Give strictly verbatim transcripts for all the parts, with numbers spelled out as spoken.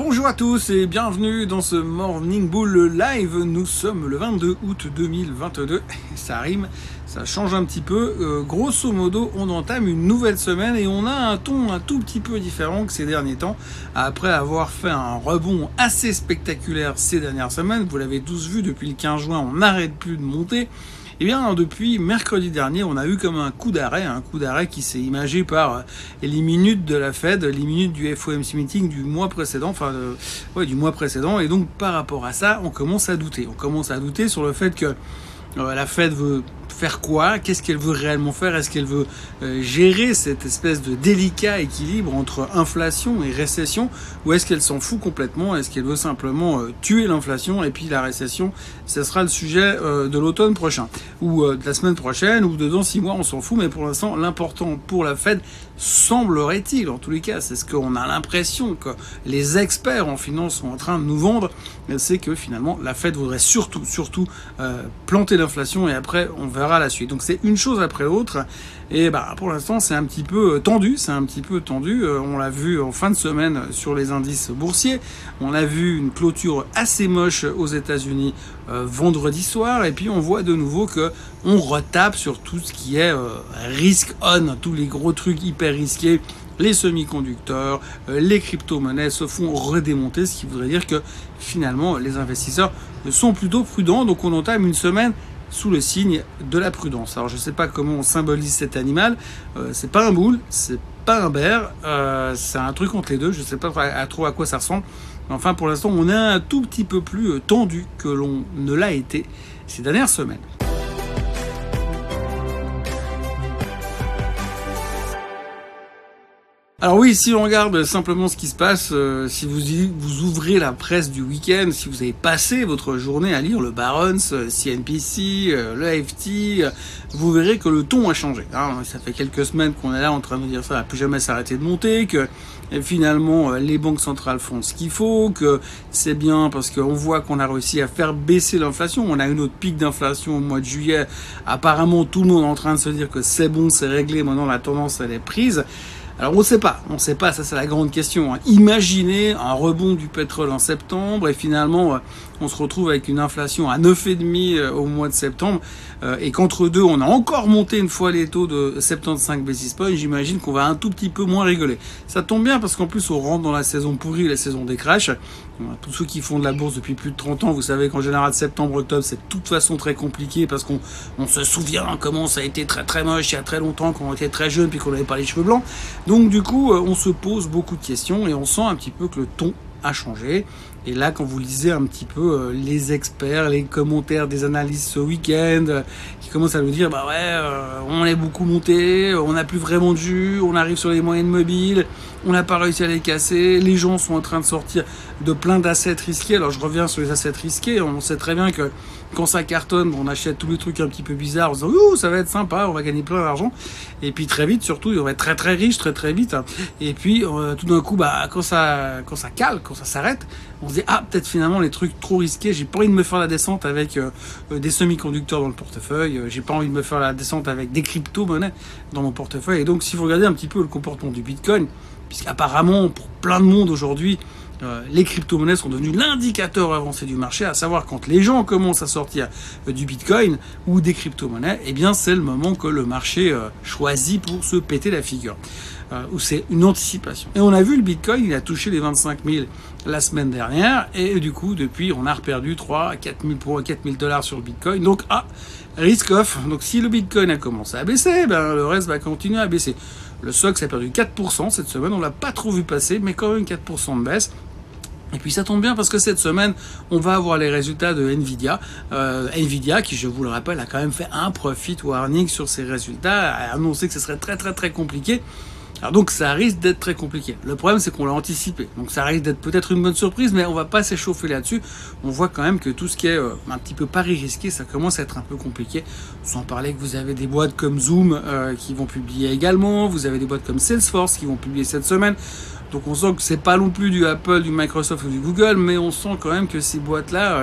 Bonjour à tous et bienvenue dans ce Morning Bull Live. Nous sommes le vingt-deux août deux mille vingt-deux. Ça rime, ça change un petit peu. Euh, grosso modo, on entame une nouvelle semaine et on a un ton un tout petit peu différent que ces derniers temps. Après avoir fait un rebond assez spectaculaire ces dernières semaines, vous l'avez tous vu, depuis le quinze juin, on n'arrête plus de monter. Eh bien, depuis mercredi dernier, on a eu comme un coup d'arrêt, un coup d'arrêt qui s'est imagé par les minutes de la Fed, les minutes du F O M C meeting du mois précédent, enfin, de, ouais, du mois précédent. Et donc, par rapport à ça, on commence à douter. On commence à douter sur le fait que euh, la Fed veut faire quoi? Qu'est-ce qu'elle veut réellement faire? Est-ce qu'elle veut euh, gérer cette espèce de délicat équilibre entre inflation et récession, ou est-ce qu'elle s'en fout complètement? Est-ce qu'elle veut simplement euh, tuer l'inflation et puis la récession, ce sera le sujet euh, de l'automne prochain ou euh, de la semaine prochaine ou de dans six mois, on s'en fout. Mais pour l'instant, l'important pour la Fed, semblerait-il, en tous les cas, c'est ce qu'on a l'impression que les experts en finance sont en train de nous vendre, c'est que finalement la Fed voudrait surtout, surtout euh, planter l'inflation et après on verra la suite. Donc c'est une chose après l'autre et bah pour l'instant c'est un petit peu tendu, c'est un petit peu tendu. Euh, on l'a vu en fin de semaine sur les indices boursiers. On a vu une clôture assez moche aux États-Unis euh, vendredi soir et puis on voit de nouveau que on retape sur tout ce qui est euh, risk on, tous les gros trucs hyper risqués. Les semi-conducteurs, euh, les crypto-monnaies se font redémonter, ce qui voudrait dire que finalement les investisseurs sont plutôt prudents. Donc on entame une semaine sous le signe de la prudence. Alors je sais pas comment on symbolise cet animal, euh, c'est pas un boule, c'est pas un bear, euh, c'est un truc entre les deux, je sais pas à, à trop à quoi ça ressemble. Enfin pour l'instant on est un tout petit peu plus tendu que l'on ne l'a été ces dernières semaines. Alors oui, si on regarde simplement ce qui se passe, euh, si vous, vous ouvrez la presse du week-end, si vous avez passé votre journée à lire le Barron's, euh, C N B C, euh, le A F T, euh, vous verrez que le ton a changé. Hein. Ça fait quelques semaines qu'on est là en train de dire ça, ça va plus jamais s'arrêter de monter, que et finalement euh, les banques centrales font ce qu'il faut, que c'est bien parce qu'on voit qu'on a réussi à faire baisser l'inflation. On a une autre pic d'inflation au mois de juillet. Apparemment, tout le monde est en train de se dire que c'est bon, c'est réglé, maintenant la tendance elle est prise. Alors on ne sait pas, on ne sait pas, ça c'est la grande question. Hein. Imaginez un rebond du pétrole en septembre et finalement on se retrouve avec une inflation à neuf virgule cinq au mois de septembre euh, et qu'entre deux on a encore monté une fois les taux de soixante-quinze basis points. J'imagine qu'on va un tout petit peu moins rigoler. Ça tombe bien parce qu'en plus on rentre dans la saison pourrie, la saison des crashs. Tous ceux qui font de la bourse depuis plus de trente ans, vous savez qu'en général septembre-octobre c'est de toute façon très compliqué parce qu'on on se souvient comment ça a été très très moche il y a très longtemps quand on était très jeune puis qu'on n'avait pas les cheveux blancs. Donc du coup on se pose beaucoup de questions et on sent un petit peu que le ton a changé. Et là, quand vous lisez un petit peu euh, les experts, les commentaires des analystes ce week-end, euh, qui commencent à nous dire, bah ouais, euh, on est beaucoup monté, on n'a plus vraiment de jus, on arrive sur les moyennes mobiles, on n'a pas réussi à les casser, les gens sont en train de sortir de plein d'assets risqués. Alors je reviens sur les assets risqués, on sait très bien que quand ça cartonne, on achète tous les trucs un petit peu bizarres, en se disant, ouh, ça va être sympa, on va gagner plein d'argent. Et puis très vite, surtout, on va être très très riche, très très vite. Et puis euh, tout d'un coup, bah quand ça, quand ça cale, quand ça s'arrête, on se dit, ah, peut-être finalement les trucs trop risqués, j'ai pas envie de me faire la descente avec euh, des semi-conducteurs dans le portefeuille, euh, j'ai pas envie de me faire la descente avec des crypto-monnaies dans mon portefeuille. Et donc si vous regardez un petit peu le comportement du Bitcoin, puisqu'apparemment pour plein de monde aujourd'hui, Euh, les crypto-monnaies sont devenues l'indicateur avancé du marché, à savoir quand les gens commencent à sortir euh, du Bitcoin ou des crypto-monnaies, eh bien c'est le moment que le marché euh, choisit pour se péter la figure, euh, ou c'est une anticipation. Et on a vu le Bitcoin, il a touché les vingt-cinq mille la semaine dernière, et du coup depuis on a reperdu trois à quatre mille pour quatre mille dollars sur le Bitcoin. Donc ah, risk off. Donc si le Bitcoin a commencé à baisser, ben le reste va continuer à baisser. Le S O X a perdu quatre pour cent cette semaine, on l'a pas trop vu passer, mais quand même quatre pour cent de baisse. Et puis ça tombe bien parce que cette semaine, on va avoir les résultats de Nvidia. Euh, Nvidia, qui je vous le rappelle, a quand même fait un profit warning sur ses résultats, a annoncé que ce serait très très très compliqué. Alors donc ça risque d'être très compliqué. Le problème c'est qu'on l'a anticipé. Donc ça risque d'être peut-être une bonne surprise, mais on va pas s'échauffer là-dessus. On voit quand même que tout ce qui est euh, un petit peu pari risqué, ça commence à être un peu compliqué. Sans parler que vous avez des boîtes comme Zoom euh, qui vont publier également. Vous avez des boîtes comme Salesforce qui vont publier cette semaine. Donc on sent que c'est pas non plus du Apple, du Microsoft ou du Google, mais on sent quand même que ces boîtes-là,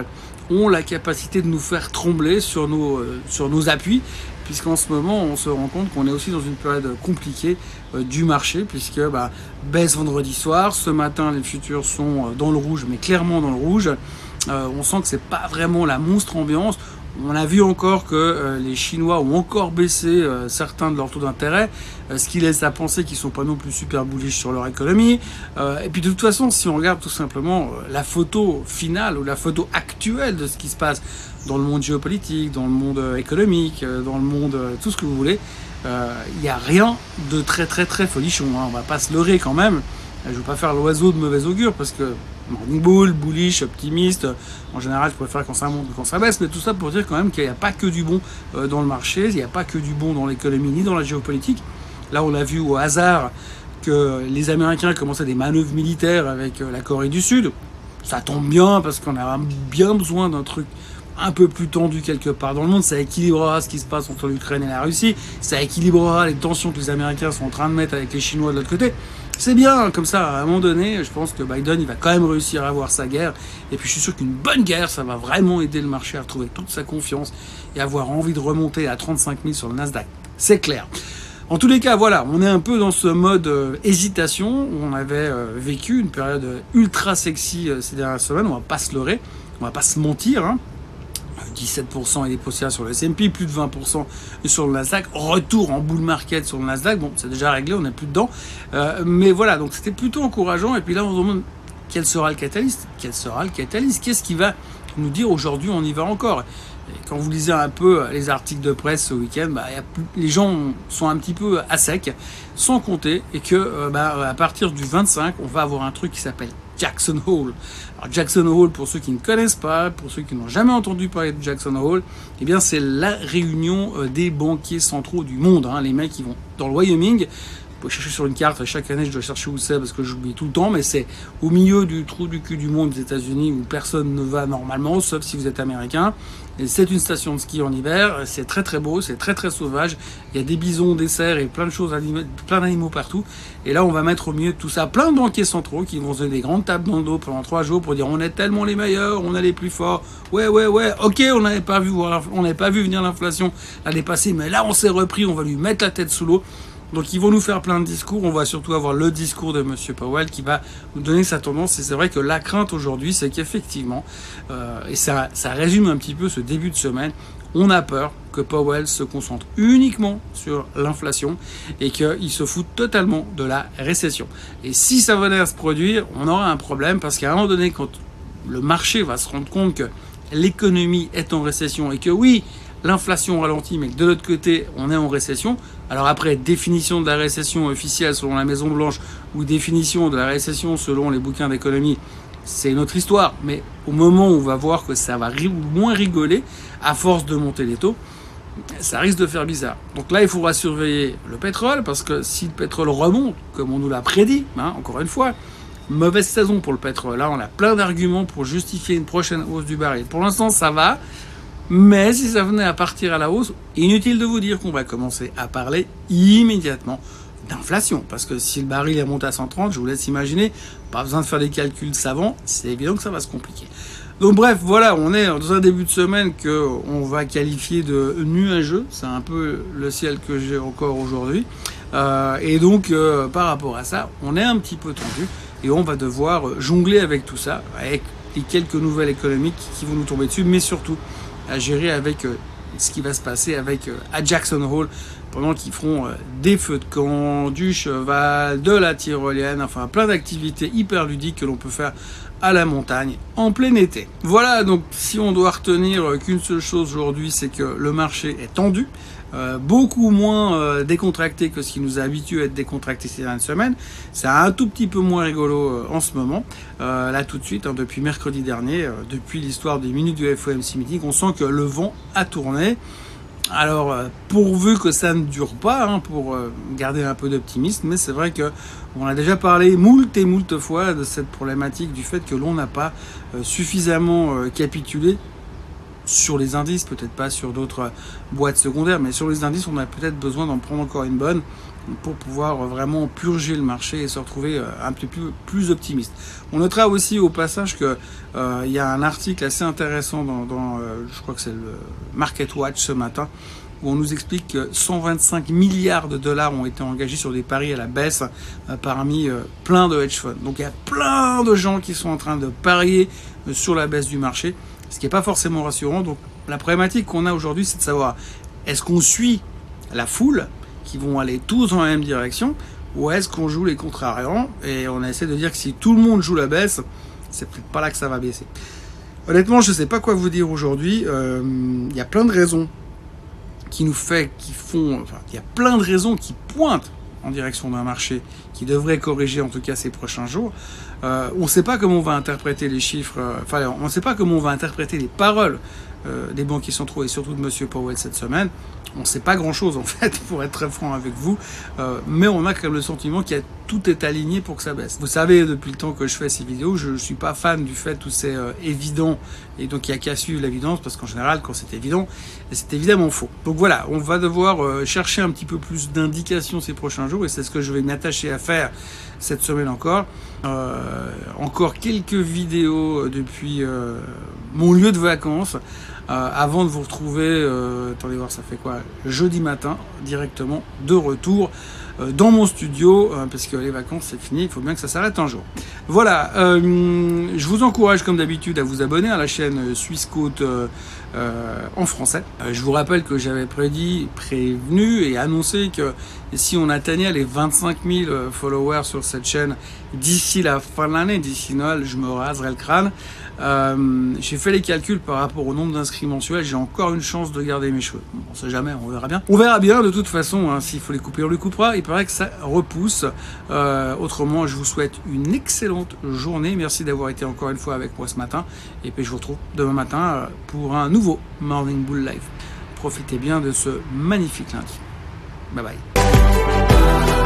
ont la capacité de nous faire trembler sur nos, euh, sur nos appuis, puisqu'en ce moment, on se rend compte qu'on est aussi dans une période compliquée euh, du marché, puisque bah, baisse vendredi soir, ce matin, les futurs sont dans le rouge, mais clairement dans le rouge. Euh, on sent que c'est pas vraiment la monstre ambiance. On a vu encore que euh, les Chinois ont encore baissé euh, certains de leurs taux d'intérêt, euh, ce qui laisse à penser qu'ils sont pas non plus super bullish sur leur économie. Euh, et puis de toute façon, si on regarde tout simplement euh, la photo finale ou la photo actuelle de ce qui se passe dans le monde géopolitique, dans le monde euh, économique, euh, dans le monde euh, tout ce que vous voulez, il euh, n'y a rien de très très très folichon. Hein. On va pas se leurrer quand même. Je veux pas faire l'oiseau de mauvais augure parce que morning bull, bullish, optimiste, en général je préfère quand ça monte que quand ça baisse, mais tout ça pour dire quand même qu'il n'y a pas que du bon dans le marché, il n'y a pas que du bon dans l'économie ni dans la géopolitique. Là on a vu au hasard que les Américains commençaient des manœuvres militaires avec la Corée du Sud. Ça tombe bien parce qu'on a bien besoin d'un truc un peu plus tendu quelque part dans le monde. Ça équilibrera ce qui se passe entre l'Ukraine et la Russie, ça équilibrera les tensions que les Américains sont en train de mettre avec les Chinois de l'autre côté. C'est bien, comme ça, à un moment donné, je pense que Biden, il va quand même réussir à avoir sa guerre. Et puis je suis sûr qu'une bonne guerre, ça va vraiment aider le marché à retrouver toute sa confiance et avoir envie de remonter à trente-cinq mille sur le Nasdaq. C'est clair. En tous les cas, voilà, on est un peu dans ce mode euh, hésitation. On avait euh, vécu une période ultra sexy euh, ces dernières semaines, on va pas se leurrer, on va pas se mentir, hein. dix-sept pour cent et des poussières sur le S and P, plus de vingt pour cent sur le Nasdaq, retour en bull market sur le Nasdaq, bon c'est déjà réglé, on n'est plus dedans, euh, mais voilà, donc c'était plutôt encourageant, et puis là on se demande quel sera le catalyste, quel sera le catalyste, qu'est-ce qui va nous dire aujourd'hui on y va encore. Et quand vous lisez un peu les articles de presse ce week-end, bah, y a plus, les gens sont un petit peu à sec, sans compter, et que euh, bah, à partir du vingt-cinq, on va avoir un truc qui s'appelle Jackson Hole. Alors Jackson Hole, pour ceux qui ne connaissent pas, pour ceux qui n'ont jamais entendu parler de Jackson Hole, eh bien c'est la réunion des banquiers centraux du monde. Hein. Les mecs qui vont dans le Wyoming. Vous pouvez chercher sur une carte, chaque année je dois chercher où c'est parce que j'oublie tout le temps, mais c'est au milieu du trou du cul du monde des États-Unis où personne ne va normalement, sauf si vous êtes américain. Et c'est une station de ski en hiver, c'est très très beau, c'est très très sauvage. Il y a des bisons, des cerfs et plein de choses, plein d'animaux partout. Et là on va mettre au milieu de tout ça plein de banquiers centraux qui vont se donner des grandes tables dans le dos pendant trois jours pour dire on est tellement les meilleurs, on est les plus forts. Ouais ouais ouais, ok, on n'avait pas vu on n'avait pas vu venir l'inflation l'année passée, mais là on s'est repris, on va lui mettre la tête sous l'eau. Donc ils vont nous faire plein de discours, on va surtout avoir le discours de Monsieur Powell qui va nous donner sa tendance. Et c'est vrai que la crainte aujourd'hui, c'est qu'effectivement, euh, et ça, ça résume un petit peu ce début de semaine, on a peur que Powell se concentre uniquement sur l'inflation et qu'il se fout totalement de la récession. Et si ça venait à se produire, on aura un problème parce qu'à un moment donné, quand le marché va se rendre compte que l'économie est en récession et que oui, l'inflation ralentit, mais que de l'autre côté, on est en récession. Alors après, définition de la récession officielle selon la Maison-Blanche ou définition de la récession selon les bouquins d'économie, c'est une autre histoire. Mais au moment où on va voir que ça va moins rigoler, à force de monter les taux, ça risque de faire bizarre. Donc là, il faudra surveiller le pétrole, parce que si le pétrole remonte, comme on nous l'a prédit, hein, encore une fois, mauvaise saison pour le pétrole. Là, on a plein d'arguments pour justifier une prochaine hausse du baril. Pour l'instant, ça va. Mais si ça venait à partir à la hausse, inutile de vous dire qu'on va commencer à parler immédiatement d'inflation. Parce que si le baril remonte à cent trente, je vous laisse imaginer, pas besoin de faire des calculs savants, c'est évident que ça va se compliquer. Donc bref, voilà, on est dans un début de semaine qu'on va qualifier de nuageux. C'est un peu le ciel que j'ai encore aujourd'hui. Euh, et donc, euh, par rapport à ça, on est un petit peu tendu. Et on va devoir jongler avec tout ça, avec les quelques nouvelles économiques qui vont nous tomber dessus, mais surtout à gérer avec euh, ce qui va se passer avec euh, à Jackson Hole pendant qu'ils feront euh, des feux de camp, du cheval, de la tyrolienne, enfin plein d'activités hyper ludiques que l'on peut faire à la montagne en plein été. Voilà, donc si on doit retenir qu'une seule chose aujourd'hui, c'est que le marché est tendu, euh, beaucoup moins euh, décontracté que ce qui nous a habitué à être décontracté ces dernières semaines. C'est un tout petit peu moins rigolo euh, en ce moment. Euh, là tout de suite, hein, depuis mercredi dernier, euh, depuis l'histoire des minutes du F O M C meeting, on sent que le vent a tourné. Alors, euh, pourvu que ça ne dure pas, hein, pour euh, garder un peu d'optimisme, mais c'est vrai que on a déjà parlé moult et moult fois de cette problématique du fait que l'on n'a pas euh, suffisamment euh, capitulé sur les indices, peut-être pas sur d'autres boîtes secondaires, mais sur les indices, on a peut-être besoin d'en prendre encore une bonne pour pouvoir vraiment purger le marché et se retrouver un peu plus, plus optimiste. On notera aussi au passage que euh, il y a un article assez intéressant dans, dans euh, je crois que c'est le Market Watch ce matin, où on nous explique que cent vingt-cinq milliards de dollars ont été engagés sur des paris à la baisse euh, parmi euh, plein de hedge funds. Donc il y a plein de gens qui sont en train de parier euh, sur la baisse du marché, ce qui n'est pas forcément rassurant. Donc la problématique qu'on a aujourd'hui, c'est de savoir, est-ce qu'on suit la foule qui vont aller tous dans la même direction, ou est-ce qu'on joue les contrariants et on essaie de dire que si tout le monde joue la baisse, c'est peut-être pas là que ça va baisser. Honnêtement, je ne sais pas quoi vous dire aujourd'hui. Il euh, y a plein de raisons qui nous fait, qui font, enfin, il y a plein de raisons qui pointent en direction d'un marché qui devrait corriger en tout cas ces prochains jours. Euh, on ne sait pas comment on va interpréter les chiffres, euh, enfin, on ne sait pas comment on va interpréter les paroles euh, des banquiers centraux et surtout de Monsieur Powell cette semaine. On ne sait pas grand-chose en fait, pour être très franc avec vous, euh, mais on a quand même le sentiment qu'il y a tout est aligné pour que ça baisse. Vous savez, depuis le temps que je fais ces vidéos, je ne suis pas fan du fait où c'est euh, évident, et donc il n'y a qu'à suivre l'évidence, parce qu'en général, quand c'est évident, c'est évidemment faux. Donc voilà, on va devoir euh, chercher un petit peu plus d'indications ces prochains jours, et c'est ce que je vais m'attacher à faire cette semaine encore. Euh, encore quelques vidéos depuis euh, mon lieu de vacances, euh, avant de vous retrouver, euh, attendez voir, ça fait quoi, jeudi matin, directement de retour euh, dans mon studio, euh, parce que les vacances c'est fini, il faut bien que ça s'arrête un jour. Voilà, euh, je vous encourage comme d'habitude à vous abonner à la chaîne Suisse Côte euh, euh, en français. Euh, je vous rappelle que j'avais prédit, prévenu et annoncé que si on atteignait les vingt-cinq mille followers sur cette chaîne d'ici la fin de l'année, d'ici Noël, je me raserai le crâne. Euh, j'ai fait les calculs par rapport au nombre d'inscrits mensuels, j'ai encore une chance de garder mes cheveux. Bon, on sait jamais, on verra bien. On verra bien de toute façon, hein, s'il faut les couper, on les coupera. Il paraît que ça repousse. Euh, autrement, je vous souhaite une excellente journée. Merci d'avoir été encore une fois avec moi ce matin. Et puis je vous retrouve demain matin pour un nouveau Morning Bull Live. Profitez bien de ce magnifique lundi. Bye bye.